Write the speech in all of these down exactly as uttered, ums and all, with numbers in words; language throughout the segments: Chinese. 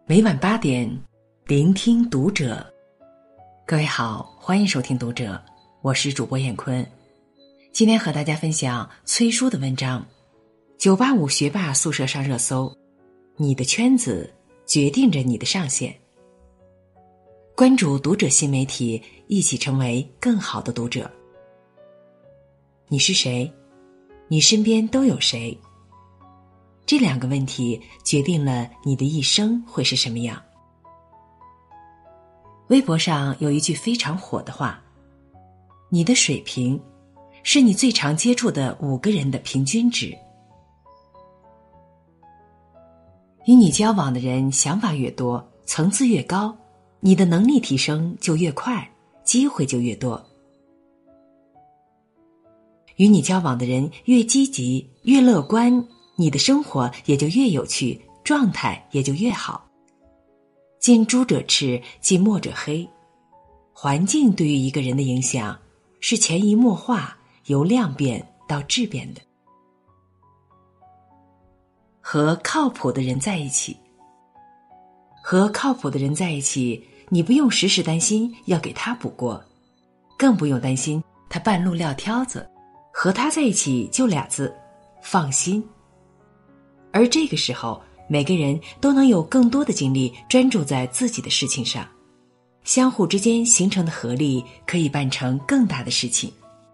每晚八点，聆听读者。各位好，欢迎收听读者，我是主播闫坤。今天和大家分享崔叔的文章，九八五学霸宿舍上热搜，你的圈子决定着你的上限。关注读者新媒体，一起成为更好的读者。你是谁？你身边都有谁？这两个问题决定了你的一生会是什么样。微博上有一句非常火的话，你的水平是你最常接触的五个人的平均值。与你交往的人想法越多，层次越高，你的能力提升就越快，机会就越多。与你交往的人越积极，越乐观，你的生活也就越有趣，状态也就越好。近朱者赤，近墨者黑。环境对于一个人的影响是潜移默化，由量变到质变的。和靠谱的人在一起，和靠谱的人在一起，你不用时时担心要给他补锅，更不用担心他半路撂挑子。和他在一起就俩字，放心。而这个时候，每个人都能有更多的精力专注在自己的事情上，相互之间形成的合力可以办成更大的事情。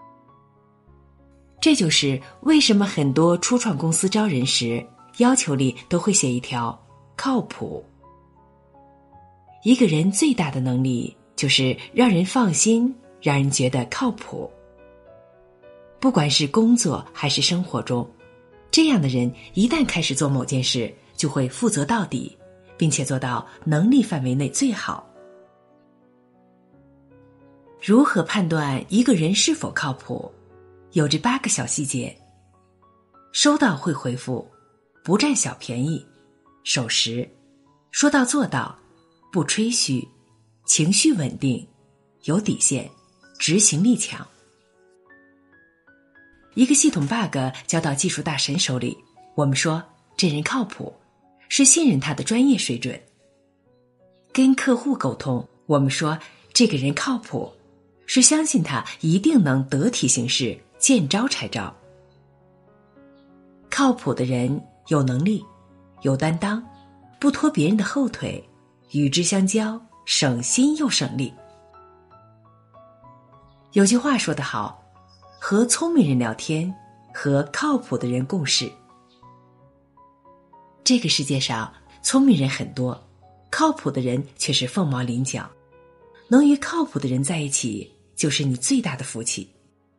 这就是为什么很多初创公司招人时，要求里都会写一条靠谱。一个人最大的能力就是让人放心，让人觉得靠谱。不管是工作还是生活中，这样的人一旦开始做某件事，就会负责到底，并且做到能力范围内最好。如何判断一个人是否靠谱？有这八个小细节：收到会回复，不占小便宜，守时，说到做到，不吹嘘，情绪稳定，有底线，执行力强。一个系统 bug 交到技术大神手里，我们说这人靠谱，是信任他的专业水准。跟客户沟通，我们说这个人靠谱，是相信他一定能得体行事，见招拆招。靠谱的人有能力，有担当，不拖别人的后腿，与之相交，省心又省力。有句话说得好，和聪明人聊天，和靠谱的人共事。这个世界上聪明人很多，靠谱的人却是凤毛麟角。能与靠谱的人在一起，就是你最大的福气。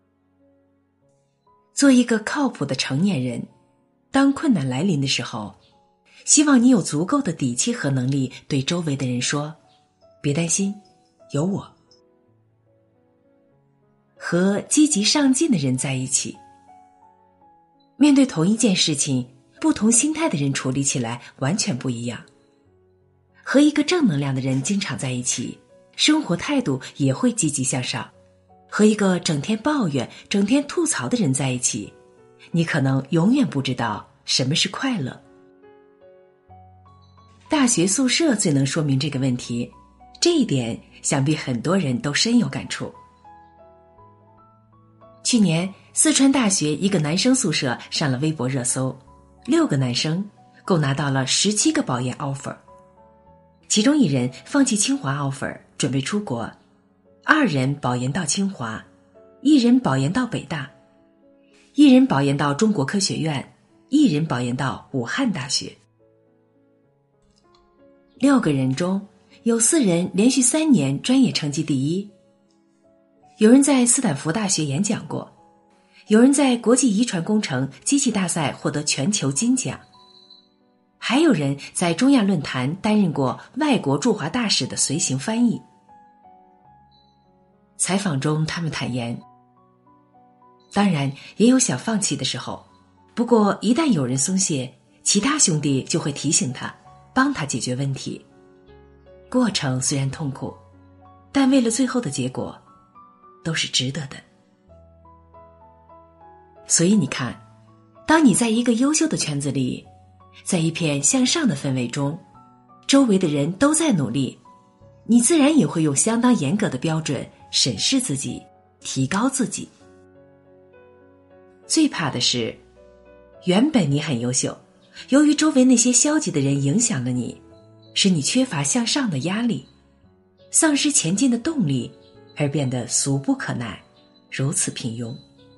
做一个靠谱的成年人，当困难来临的时候，希望你有足够的底气和能力对周围的人说，别担心，有我。和积极上进的人在一起，面对同一件事情，不同心态的人处理起来完全不一样。和一个正能量的人经常在一起，生活态度也会积极向上。和一个整天抱怨、整天吐槽的人在一起，你可能永远不知道什么是快乐。大学宿舍最能说明这个问题，这一点想必很多人都深有感触。去年四川大学一个男生宿舍上了微博热搜，六个男生共拿到了十七个保研 offer， 其中一人放弃清华 offer 准备出国，二人保研到清华，一人保研到北大，一人保研到中国科学院，一人保研到武汉大学。六个人中有四人连续三年专业成绩第一，有人在斯坦福大学演讲过，有人在国际遗传工程机器大赛获得全球金奖，还有人在中亚论坛担任过外国驻华大使的随行翻译。采访中他们坦言，当然也有想放弃的时候，不过一旦有人松懈，其他兄弟就会提醒他，帮他解决问题。过程虽然痛苦，但为了最后的结果都是值得的。所以你看，当你在一个优秀的圈子里，在一片向上的氛围中， 周围的人都在努力，你自然也会用相当严格的标准审视自己，提高自己。最怕的是，原本你很优秀，由于周围那些消极的人影响了你，使你缺乏向上的压力，丧失前进的动力，而变得俗不可耐，如此平庸。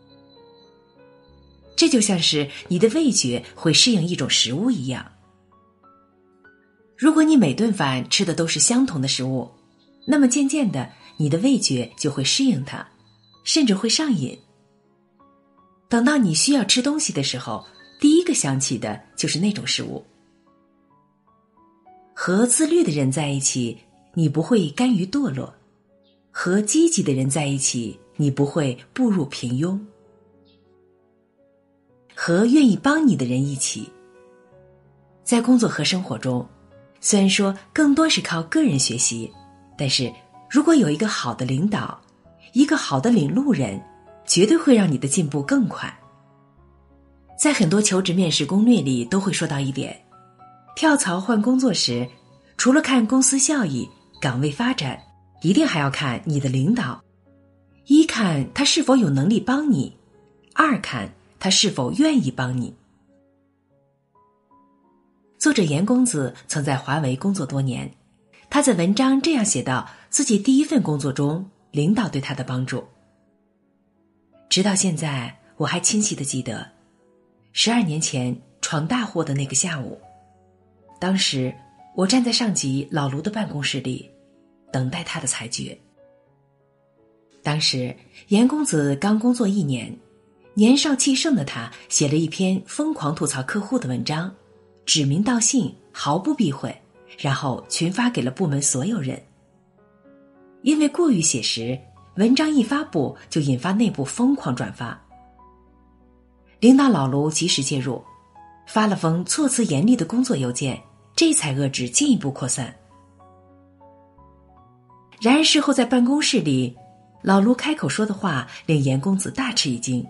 这就像是你的味觉会适应一种食物一样。如果你每顿饭吃的都是相同的食物，那么渐渐的，你的味觉就会适应它，甚至会上瘾。等到你需要吃东西的时候，第一个想起的就是那种食物。和自律的人在一起，你不会甘于堕落；和积极的人在一起，你不会步入平庸；和愿意帮你的人一起。在工作和生活中，虽然说更多是靠个人学习，但是如果有一个好的领导，一个好的领路人，绝对会让你的进步更快。在很多求职面试攻略里都会说到一点，跳槽换工作时，除了看公司效益、岗位发展，一定还要看你的领导。一看他是否有能力帮你，二看他是否愿意帮你。作者严公子曾在华为工作多年，他在文章这样写到自己第一份工作中领导对他的帮助。直到现在，我还清晰地记得十二年前闯大祸的那个下午，当时我站在上级老卢的办公室里，等待他的裁决。当时严公子刚工作一年，年少气盛的他写了一篇疯狂吐槽客户的文章，指名道姓，毫不避讳，然后群发给了部门所有人。因为过于写实，文章一发布就引发内部疯狂转发。领导老卢及时介入，发了封措辞严厉的工作邮件，这才遏制进一步扩散。然而事后在办公室里，老卢开口说的话令严公子大吃一惊。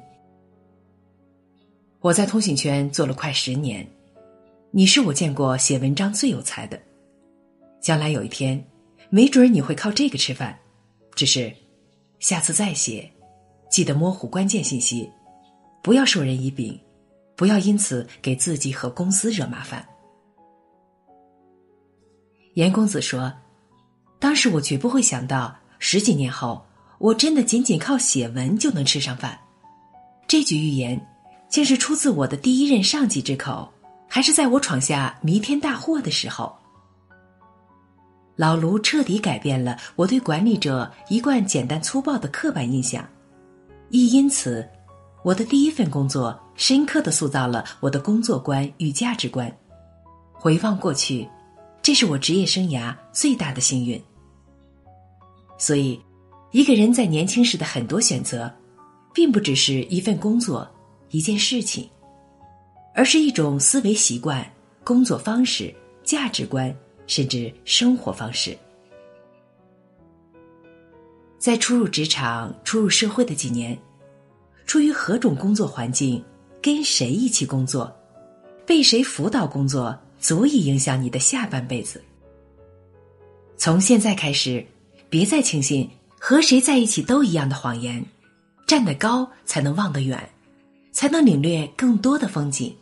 我在通讯圈做了快十年，你是我见过写文章最有才的，将来有一天没准你会靠这个吃饭，只是下次再写记得模糊关键信息，不要授人以柄，不要因此给自己和公司惹麻烦。严公子说，当时我绝不会想到十几年后我真的仅仅靠写文就能吃上饭。这句预言竟是出自我的第一任上级之口，还是在我闯下弥天大祸的时候。老卢彻底改变了我对管理者一贯简单粗暴的刻板印象，亦因此我的第一份工作深刻地塑造了我的工作观与价值观。回望过去，这是我职业生涯最大的幸运。所以一个人在年轻时的很多选择，并不只是一份工作、一件事情，而是一种思维习惯、工作方式、价值观，甚至生活方式。在初入职场、初入社会的几年，出于何种工作环境，跟谁一起工作，被谁辅导工作，足以影响你的下半辈子。从现在开始，别再轻信和谁在一起都一样的谎言，站得高才能望得远，才能领略更多的风景。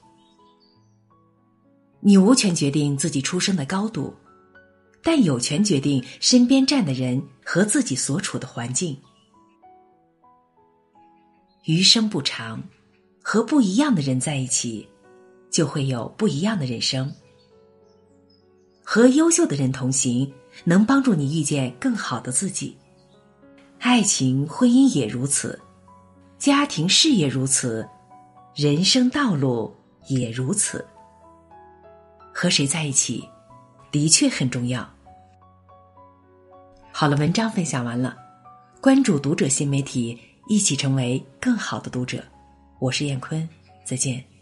你无权决定自己出生的高度，但有权决定身边站的人和自己所处的环境。余生不长，和不一样的人在一起，就会有不一样的人生。和优秀的人同行，能帮助你遇见更好的自己。爱情、婚姻也如此，家庭、事业如此，人生道路也如此。和谁在一起，的确很重要。好了，文章分享完了，关注读者新媒体，一起成为更好的读者。我是燕坤，再见。